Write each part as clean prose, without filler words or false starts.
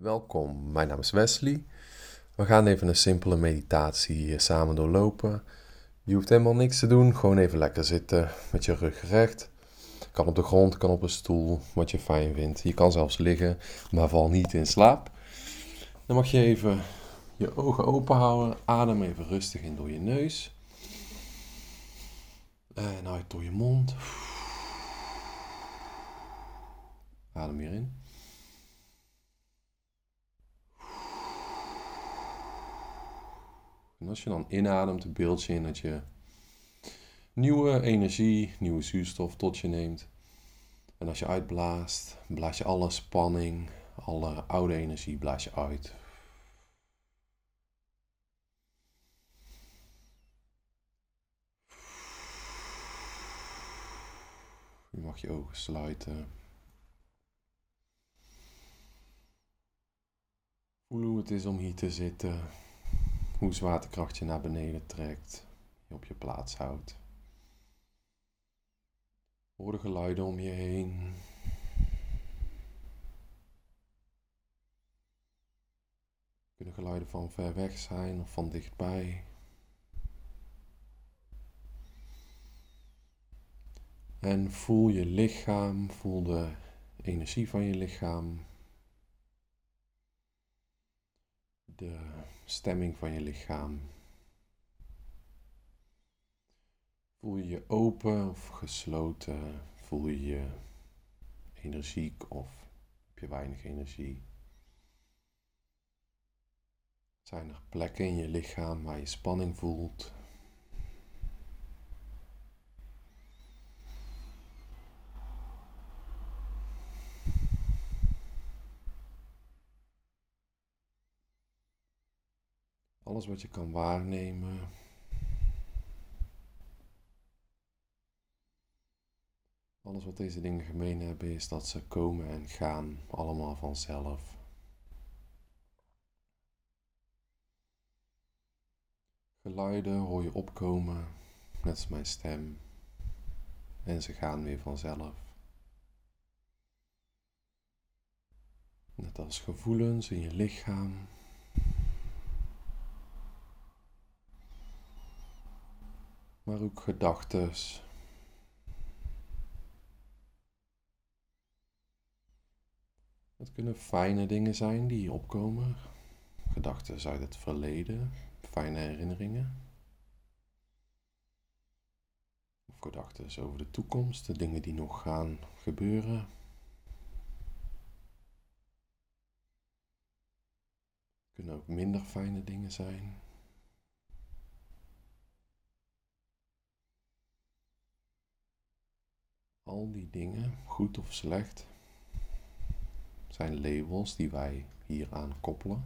Welkom, mijn naam is Wesley. We gaan even een simpele meditatie samen doorlopen. Je hoeft helemaal niks te doen, gewoon even lekker zitten met je rug recht. Kan op de grond, kan op een stoel, wat je fijn vindt. Je kan zelfs liggen, maar val niet in slaap. Dan mag je even je ogen open houden, adem even rustig in door je neus. En uit door je mond. Adem weer in. En als je dan inademt, beeld je in dat je nieuwe energie, nieuwe zuurstof tot je neemt. En als je uitblaast, blaas je alle spanning, alle oude energie blaas je uit. Je mag je ogen sluiten. Voel hoe het is om hier te zitten. Hoe zwaartekracht je naar beneden trekt. Je op je plaats houdt. Hoor de geluiden om je heen. Kunnen geluiden van ver weg zijn of van dichtbij. En voel je lichaam, voel de energie van je lichaam. De stemming van je lichaam. Voel je je open of gesloten? Voel je je energiek of heb je weinig energie? Zijn er plekken in je lichaam waar je spanning voelt? Alles wat je kan waarnemen. Alles wat deze dingen gemeen hebben is dat ze komen en gaan allemaal vanzelf. Geluiden hoor je opkomen, net als mijn stem. En ze gaan weer vanzelf. Net als gevoelens in je lichaam. Maar ook gedachtes. Het kunnen fijne dingen zijn die opkomen. Gedachten uit het verleden, fijne herinneringen. Of gedachten over de toekomst, de dingen die nog gaan gebeuren. Kunnen ook minder fijne dingen zijn. Al die dingen, goed of slecht, zijn labels die wij hieraan koppelen.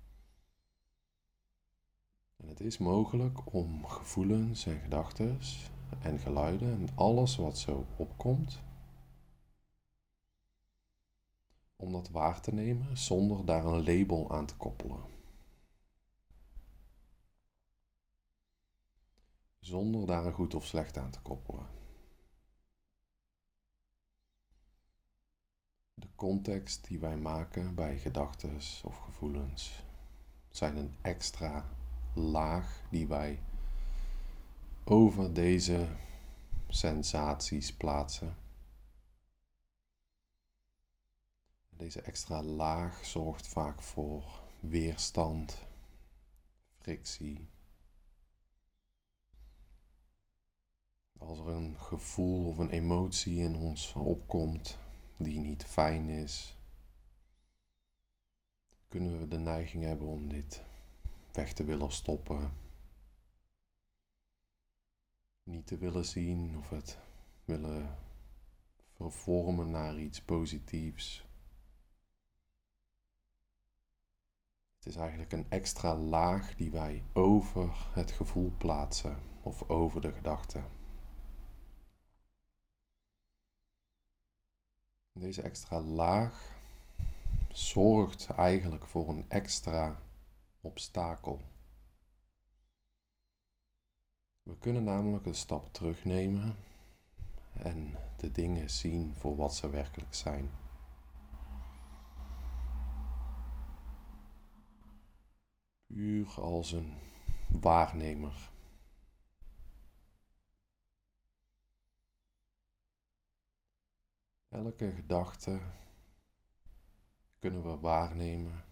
En het is mogelijk om gevoelens en gedachten en geluiden en alles wat zo opkomt, om dat waar te nemen zonder daar een label aan te koppelen. Zonder daar een goed of slecht aan te koppelen. De context die wij maken bij gedachten of gevoelens zijn een extra laag die wij over deze sensaties plaatsen. Deze extra laag zorgt vaak voor weerstand, frictie. Als er een gevoel of een emotie in ons opkomt die niet fijn is, kunnen we de neiging hebben om dit weg te willen stoppen, niet te willen zien of het willen vervormen naar iets positiefs. Het is eigenlijk een extra laag die wij over het gevoel plaatsen of over de gedachte. Deze extra laag zorgt eigenlijk voor een extra obstakel. We kunnen namelijk een stap terugnemen en de dingen zien voor wat ze werkelijk zijn. Puur als een waarnemer. Elke gedachte kunnen we waarnemen.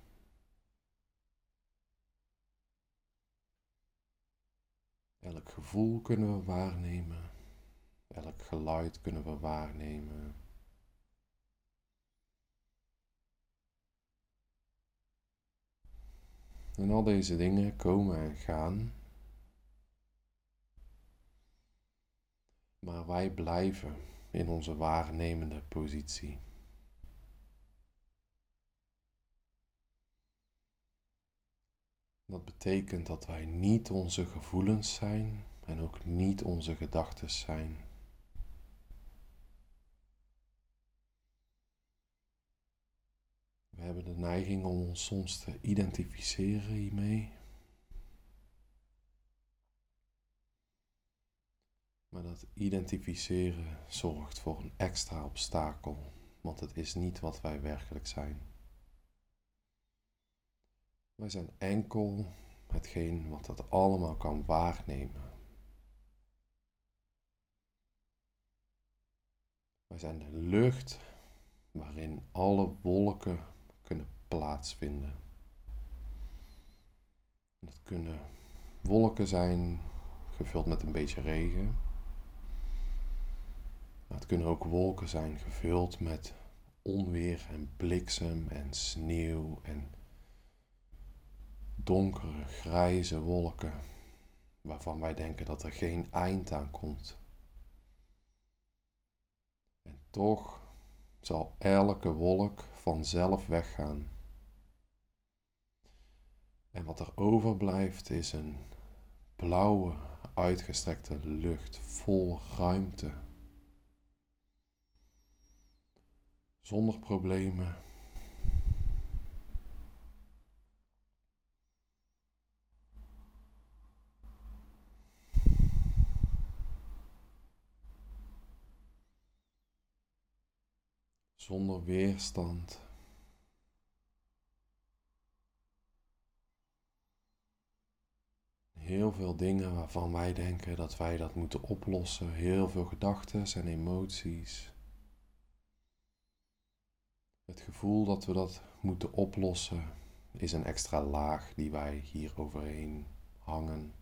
Elk gevoel kunnen we waarnemen. Elk geluid kunnen we waarnemen. En al deze dingen komen en gaan. Maar wij blijven in onze waarnemende positie. Dat betekent dat wij niet onze gevoelens zijn en ook niet onze gedachten zijn. We hebben de neiging om ons soms te identificeren hiermee. Maar dat identificeren zorgt voor een extra obstakel, want het is niet wat wij werkelijk zijn. Wij zijn enkel hetgeen wat dat allemaal kan waarnemen. Wij zijn de lucht waarin alle wolken kunnen plaatsvinden. Dat kunnen wolken zijn gevuld met een beetje regen. Maar het kunnen ook wolken zijn gevuld met onweer en bliksem en sneeuw en donkere grijze wolken waarvan wij denken dat er geen eind aan komt. En toch zal elke wolk vanzelf weggaan. En wat er overblijft is een blauwe, uitgestrekte lucht vol ruimte. Zonder problemen. Zonder weerstand. Heel veel dingen waarvan wij denken dat wij dat moeten oplossen. Heel veel gedachten en emoties. Het gevoel dat we dat moeten oplossen is een extra laag die wij hier overheen hangen.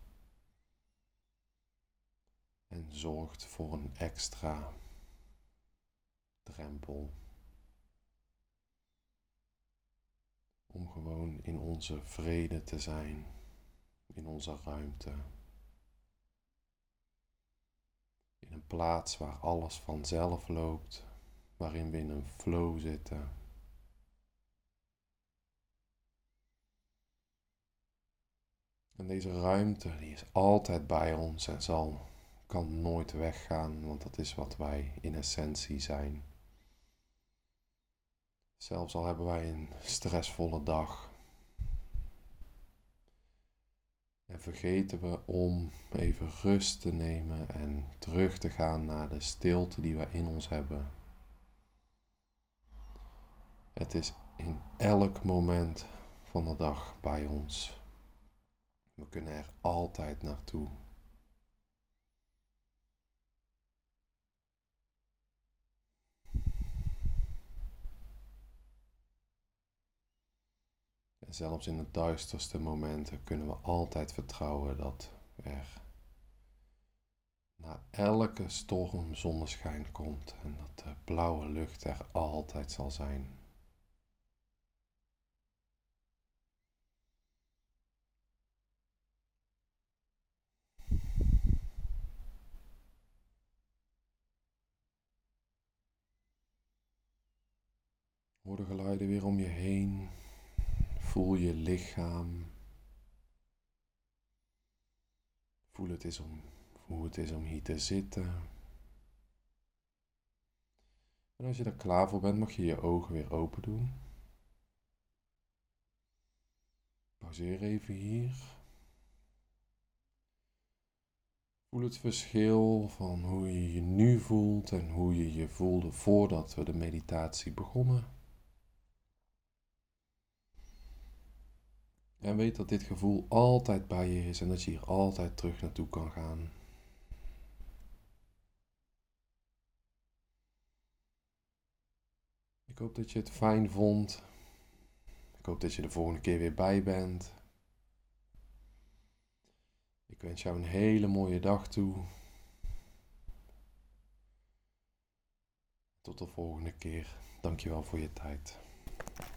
En zorgt voor een extra drempel. Om gewoon in onze vrede te zijn. In onze ruimte. In een plaats waar alles vanzelf loopt. Waarin we in een flow zitten. En deze ruimte die is altijd bij ons en kan nooit weggaan, want dat is wat wij in essentie zijn. Zelfs al hebben wij een stressvolle dag. En vergeten we om even rust te nemen en terug te gaan naar de stilte die we in ons hebben. Het is in elk moment van de dag bij ons. We kunnen er altijd naartoe. En zelfs in de duisterste momenten kunnen we altijd vertrouwen dat er na elke storm zonneschijn komt en dat de blauwe lucht er altijd zal zijn. Hoor de geluiden weer om je heen. Voel je lichaam. Voel hoe het is om hier te zitten. En als je er klaar voor bent, mag je je ogen weer open doen. Pauzeer even hier. Voel het verschil van hoe je je nu voelt en hoe je je voelde voordat we de meditatie begonnen. En weet dat dit gevoel altijd bij je is en dat je hier altijd terug naartoe kan gaan. Ik hoop dat je het fijn vond. Ik hoop dat je de volgende keer weer bij bent. Ik wens jou een hele mooie dag toe. Tot de volgende keer. Dankjewel voor je tijd.